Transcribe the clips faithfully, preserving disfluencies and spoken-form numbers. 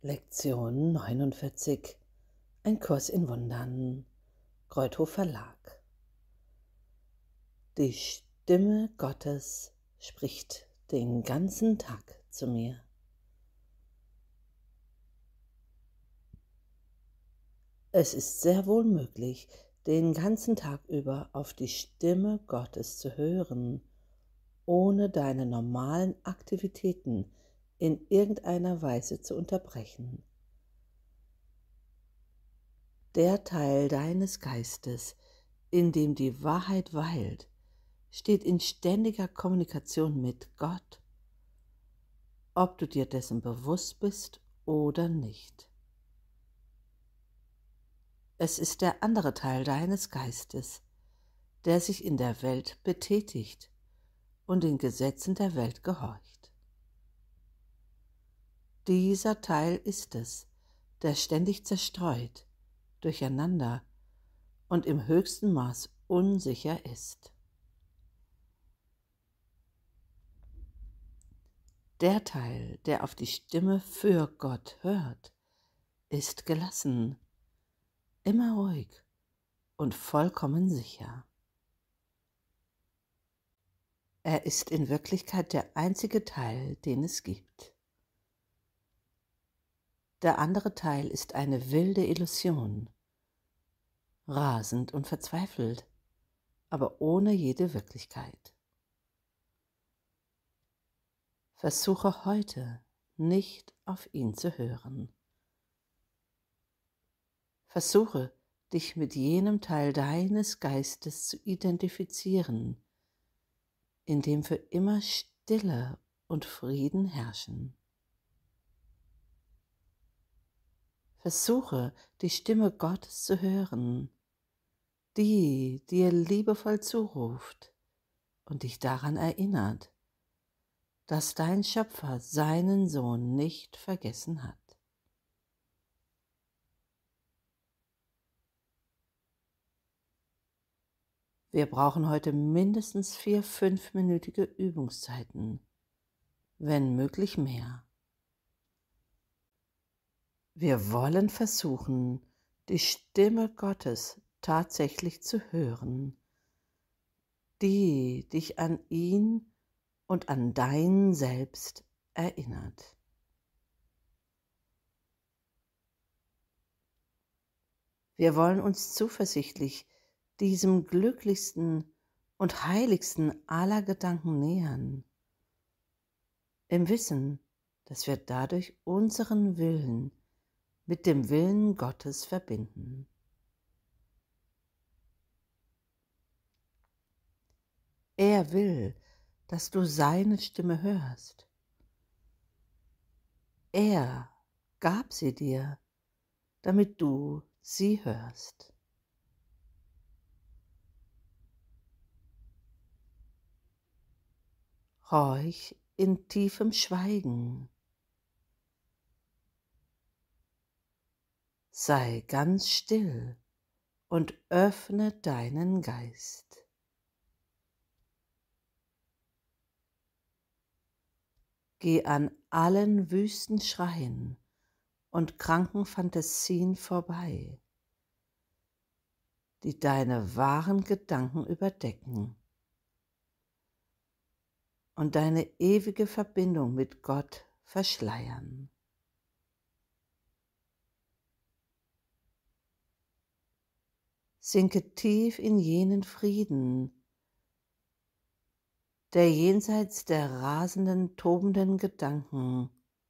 Lektion neunundvierzig. Ein Kurs in Wundern. Kreuthof Verlag. Die Stimme Gottes spricht den ganzen Tag zu mir. Es ist sehr wohl möglich, den ganzen Tag über auf die Stimme Gottes zu hören, ohne deine normalen Aktivitäten in irgendeiner Weise zu unterbrechen. Der Teil deines Geistes, in dem die Wahrheit weilt, steht in ständiger Kommunikation mit Gott, ob du dir dessen bewusst bist oder nicht. Es ist der andere Teil deines Geistes, der sich in der Welt betätigt und den Gesetzen der Welt gehorcht. Dieser Teil ist es, der ständig zerstreut, durcheinander und im höchsten Maß unsicher ist. Der Teil, der auf die Stimme für Gott hört, ist gelassen, immer ruhig und vollkommen sicher. Er ist in Wirklichkeit der einzige Teil, den es gibt. Der andere Teil ist eine wilde Illusion, rasend und verzweifelt, aber ohne jede Wirklichkeit. Versuche heute nicht auf ihn zu hören. Versuche, dich mit jenem Teil deines Geistes zu identifizieren, in dem für immer Stille und Frieden herrschen. Versuche, die Stimme Gottes zu hören, die dir liebevoll zuruft und dich daran erinnert, dass dein Schöpfer seinen Sohn nicht vergessen hat. Wir brauchen heute mindestens vier fünfminütige Übungszeiten, wenn möglich mehr. Wir wollen versuchen, die Stimme Gottes tatsächlich zu hören, die dich an ihn und an dein Selbst erinnert. Wir wollen uns zuversichtlich diesem glücklichsten und heiligsten aller Gedanken nähern, im Wissen, dass wir dadurch unseren Willen mit dem Willen Gottes verbinden. Er will, dass du seine Stimme hörst. Er gab sie dir, damit du sie hörst. Horch in tiefem Schweigen. Sei ganz still und öffne deinen Geist. Geh an allen wüsten Schreien und kranken Fantasien vorbei, die deine wahren Gedanken überdecken und deine ewige Verbindung mit Gott verschleiern. Sinke tief in jenen Frieden, der jenseits der rasenden, tobenden Gedanken,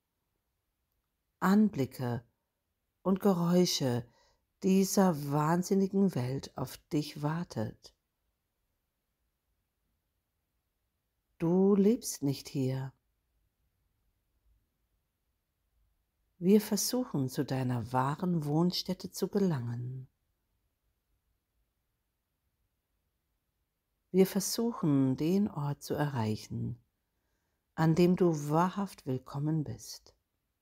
Anblicke und Geräusche dieser wahnsinnigen Welt auf dich wartet. Du lebst nicht hier. Wir versuchen, zu deiner wahren Wohnstätte zu gelangen. Wir versuchen, den Ort zu erreichen, an dem du wahrhaft willkommen bist.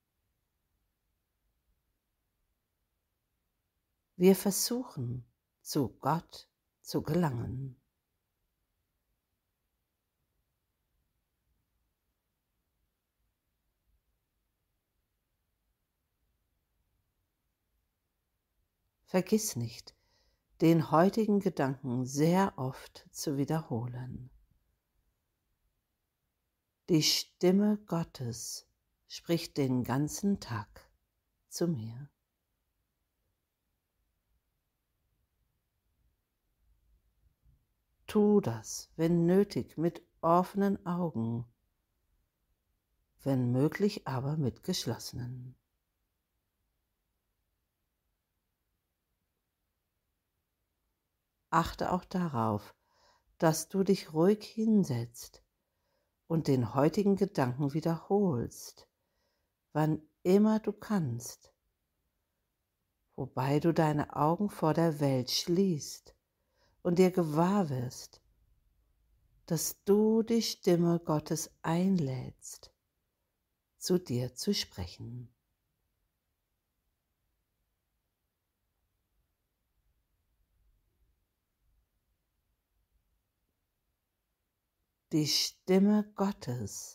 Wir versuchen, zu Gott zu gelangen. Vergiss nicht, den heutigen Gedanken sehr oft zu wiederholen. Die Stimme Gottes spricht den ganzen Tag zu mir. Tu das, wenn nötig, mit offenen Augen, wenn möglich aber mit geschlossenen. Achte auch darauf, dass du dich ruhig hinsetzt und den heutigen Gedanken wiederholst, wann immer du kannst, wobei du deine Augen vor der Welt schließt und dir gewahr wirst, dass du die Stimme Gottes einlädst, zu dir zu sprechen. Die Stimme Gottes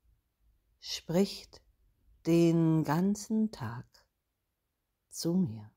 spricht den ganzen Tag zu mir.